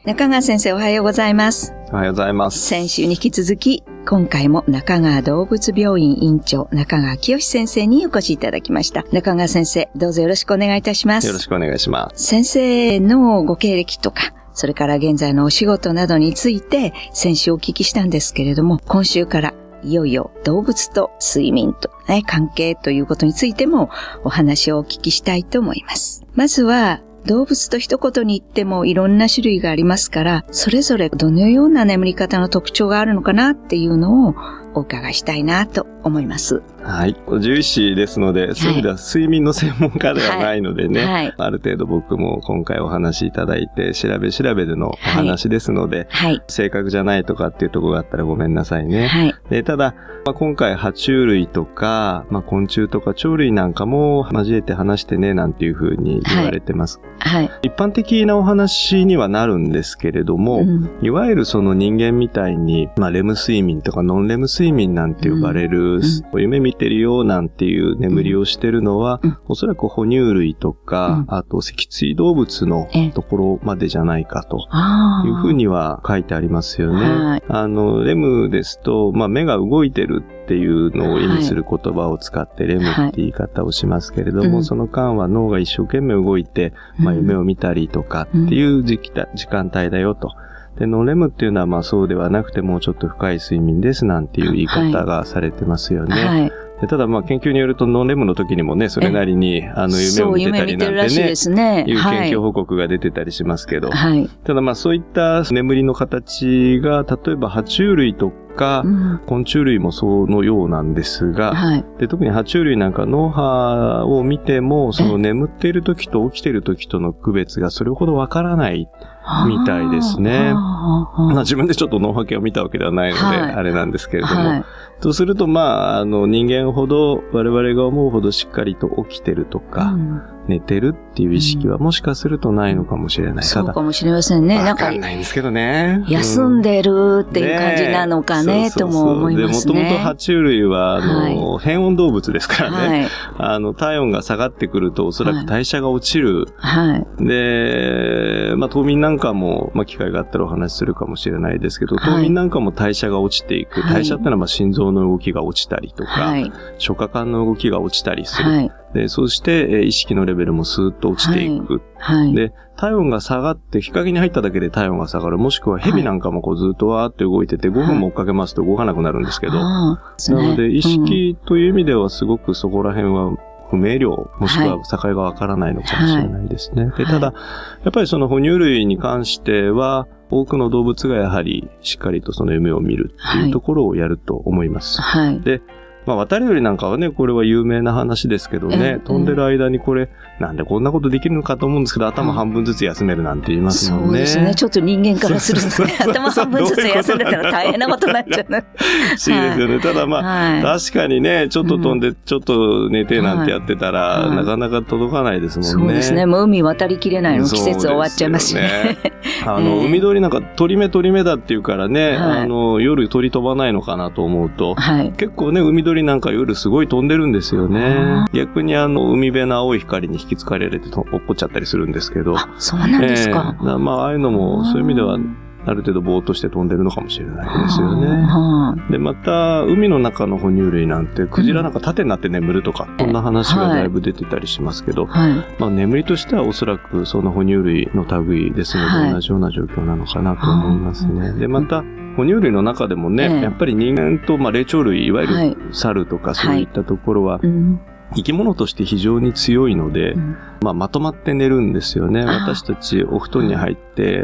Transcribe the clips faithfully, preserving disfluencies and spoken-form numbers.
中川先生、おはようございます。 おはようございます。 先週に引き続き、今回も中川動物病院院長、中川清先生にお越しいただきました。中川先生、どうぞよろしくお願いいたします。 よろしくお願いします。 先生のご経歴とか、それから現在のお仕事などについて、先週お聞きしたんですけれども、今週からいよいよ動物と睡眠と、ね、関係ということについてもお話をお聞きしたいと思います。まずは、動物と一言に言ってもいろんな種類がありますから、それぞれどのような眠り方の特徴があるのかなっていうのをお伺いしたいなと思います。 はい。獣医師ですので、はい、そういう意味では睡眠の専門家ではないのでね、はいはい、ある程度僕も今回お話しいただいて、調べ調べでのお話ですので、はい、正確じゃないとかっていうところがあったらごめんなさいね。はい、でただ、まあ、今回爬虫類とか、まあ、昆虫とか鳥類なんかも交えて話してねなんていうふうに言われてます。はいはい、一般的なお話にはなるんですけれども、うん、いわゆるその人間みたいに、まあ、レム睡眠とかノンレム睡眠なんて呼ばれる、うんうん、夢見てるよなんていう眠りをしてるのは、うん、おそらく哺乳類とか、うん、あと脊椎動物のところまでじゃないかというふうには書いてありますよね。はい、あのレムですと、まあ、目が動いてるっていうのを意味する言葉を使ってレムって言い方をしますけれども、はい、その間は脳が一生懸命動いて、まあ、夢を見たりとかっていう時期だ、時間帯だよと。で、ノンレムっていうのはまあそうではなくてもうちょっと深い睡眠ですなんていう言い方がされてますよね。はいはい、でただまあ研究によるとノンレムの時にもね、それなりにあの夢を見てたりなんてね、いう研究報告が出てたりしますけど、はい、ただまあそういった眠りの形が例えば爬虫類とか、うん、昆虫類もそのようなんですが、はい、で特に爬虫類なんか脳波を見てもその眠っている時と起きている時との区別がそれほどわからないみたいですね。まあ自分でちょっと脳波計を見たわけではないので、はい、あれなんですけれども、はい、とするとまああの人間ほど我々が思うほどしっかりと起きてるとか、うん、寝てるっていう意識はもしかするとないのかもしれない。うん、 そうかもしれませんね。 わかんないんですけどね。 休んでるっていう感じなのかね、とも思いますね。 もともと爬虫類は、あの、はい、変温動物ですからね。はい、あの、体温が下がってくるとおそらく代謝が落ちる。はい、で、まあ、冬眠なんかも、まあ、機会があったらお話しするかもしれないですけど、冬眠なんかも代謝が落ちていく。はい、代謝ってのはまあ心臓の動きが落ちたりとか、はい、消化管の動きが落ちたりする。はい、で、そして、意識のレベルもスーッと落ちていく。はいはい、で、体温が下がって、日陰に入っただけで体温が下がる。もしくは蛇なんかもこうずっとわーって動いてて、ごふんも追っかけますと動かなくなるんですけど。はい、なので、意識という意味ではすごくそこら辺は不明瞭、もしくは境がわからないのかもしれないですね。はい、で、ただ、やっぱりその哺乳類に関しては、多くの動物がやはりしっかりとその夢を見るっていうところをやると思います。はい、で、まあ、渡り鳥なんかはね、これは有名な話ですけどね、飛んでる間にこれ、なんでこんなことできるのかと思うんですけど、頭半分ずつ休めるなんて言いますもんね。 そうですね。ちょっと人間からするとね、頭半分ずつ休んでたら大変なことになっちゃうね。 不思議ですよね。ただまあ、はい、確かにね、ちょっと飛んで、ちょっと寝てなんてやってたら、はい、なかなか届かないですもんね。 そうですね。もう海渡りきれないの、季節終わっちゃいますしね。 あの、海鳥なんか鳥目鳥目だっていうからね、はい、あの、夜鳥飛ばないのかなと思うと、はい、結構ね、海鳥なんか夜すごい飛んでるんですよね。逆にあの、海辺の青い光に引きつかれて落っこっちゃったりするんですけど。 あ、そうなんですか。 えー、まあ、ああいうのも、そういう意味では、ある程度ぼーっとして飛んでるのかもしれないですよね。で、また、海の中の哺乳類なんて、クジラなんか縦になって眠るとか、うん、そんな話がだいぶ出てたりしますけど、はい、まあ、眠りとしてはおそらくその哺乳類の類ですので、はい、同じような状況なのかなと思いますね。で、また、哺乳類の中でもね、えー、やっぱり人間と、まあ、霊長類、いわゆる猿とかそういったところは、はいはい、うん生き物として非常に強いので、うんまあ、まとまって寝るんですよね。私たちお布団に入って、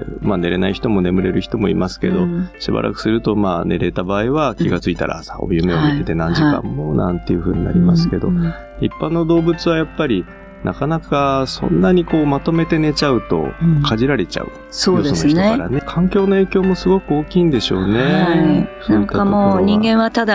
まあ、寝れない人も眠れる人もいますけど、うん、しばらくするとまあ寝れた場合は気がついたら朝お夢を見てて何時間もなんていう風になりますけど、はいはい、一般の動物はやっぱりなかなかそんなにこうまとめて寝ちゃうとかじられちゃう、うん、 そうですね。 よその人からね。環境の影響もすごく大きいんでしょうね。 はい、なんかもう人間はただ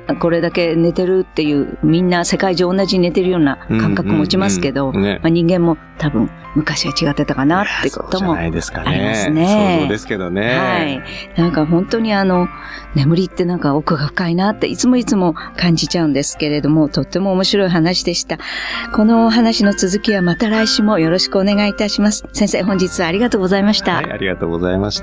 これだけ寝てるっていう、みんな世界中同じに寝てるような感覚持ちますけど、うんうんうんね、まあ、人間も多分昔は違ってたかなってこともありますね。 想像ですけどね。 はい。なんか本当にあの、眠りってなんか奥が深いなっていつもいつも感じちゃうんですけれども、とっても面白い話でした。このお話の続きはまた来週もよろしくお願いいたします。先生、本日はありがとうございました。 はい、ありがとうございました。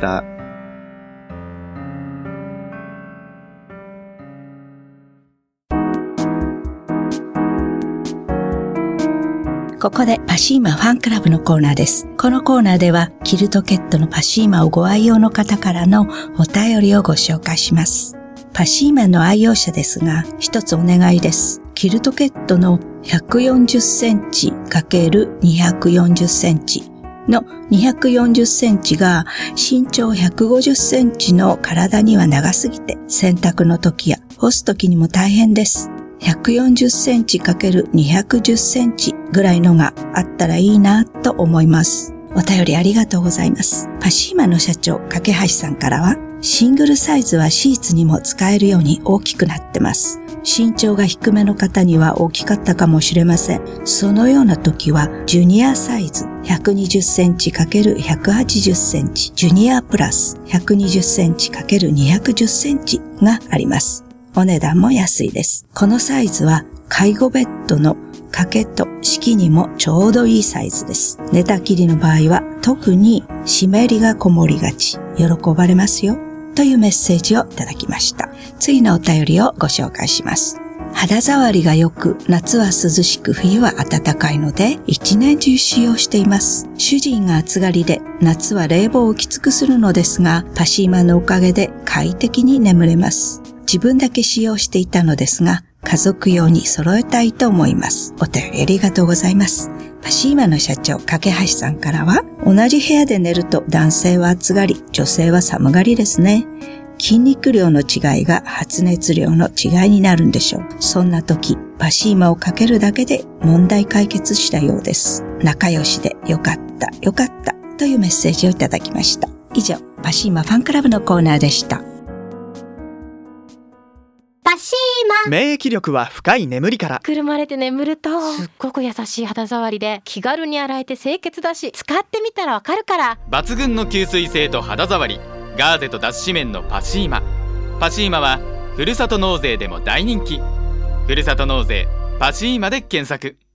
ここでパシーマファンクラブのコーナーです。このコーナーではキルトケットのパシーマをご愛用の方からのお便りをご紹介します。パシーマの愛用者ですが、一つお願いです。キルトケットのひゃくよんじゅっセンチ かけるにひゃくよんじゅっセンチのにひゃくよんじゅっセンチが身長ひゃくごじゅっセンチの体には長すぎて洗濯の時や干す時にも大変です。ひゃくよんじゅっセンチ かけるにひゃくじゅっセンチぐらいのがあったらいいなと思います。お便りありがとうございます。パシーマの社長、架橋さんからは、シングルサイズはシーツにも使えるように大きくなってます。身長が低めの方には大きかったかもしれません。そのような時は、ジュニアサイズひゃくにじゅっセンチ かけるひゃくはちじゅっセンチ、ジュニアプラスひゃくにじゅっセンチ かけるにひゃくじゅっセンチがあります。お値段も安いです。このサイズは介護ベッドの掛けと敷きにもちょうどいいサイズです。寝たきりの場合は特に湿りがこもりがち、喜ばれますよというメッセージをいただきました。次のお便りをご紹介します。肌触りが良く、夏は涼しく冬は暖かいので一年中使用しています。主人が暑がりで夏は冷房をきつくするのですが、パシーマのおかげで快適に眠れます。自分だけ使用していたのですが、家族用に揃えたいと思います。お便りありがとうございます。パシーマの社長、架橋さんからは、同じ部屋で寝ると男性は暑がり、女性は寒がりですね。筋肉量の違いが発熱量の違いになるんでしょう。そんな時、パシーマをかけるだけで問題解決したようです。仲良しでよかった、よかったというメッセージをいただきました。以上、パシーマファンクラブのコーナーでした。 パシーマ。 免疫力は深い眠りから。 くるまれて眠るとすっごく優しい肌触りで気軽に洗えて清潔だし、使ってみたらわかるから。 抜群の吸水性と肌触り、ガーゼと脱脂綿のパシーマ。パシーマはふるさと納税でも大人気。ふるさと納税パシーマで検索。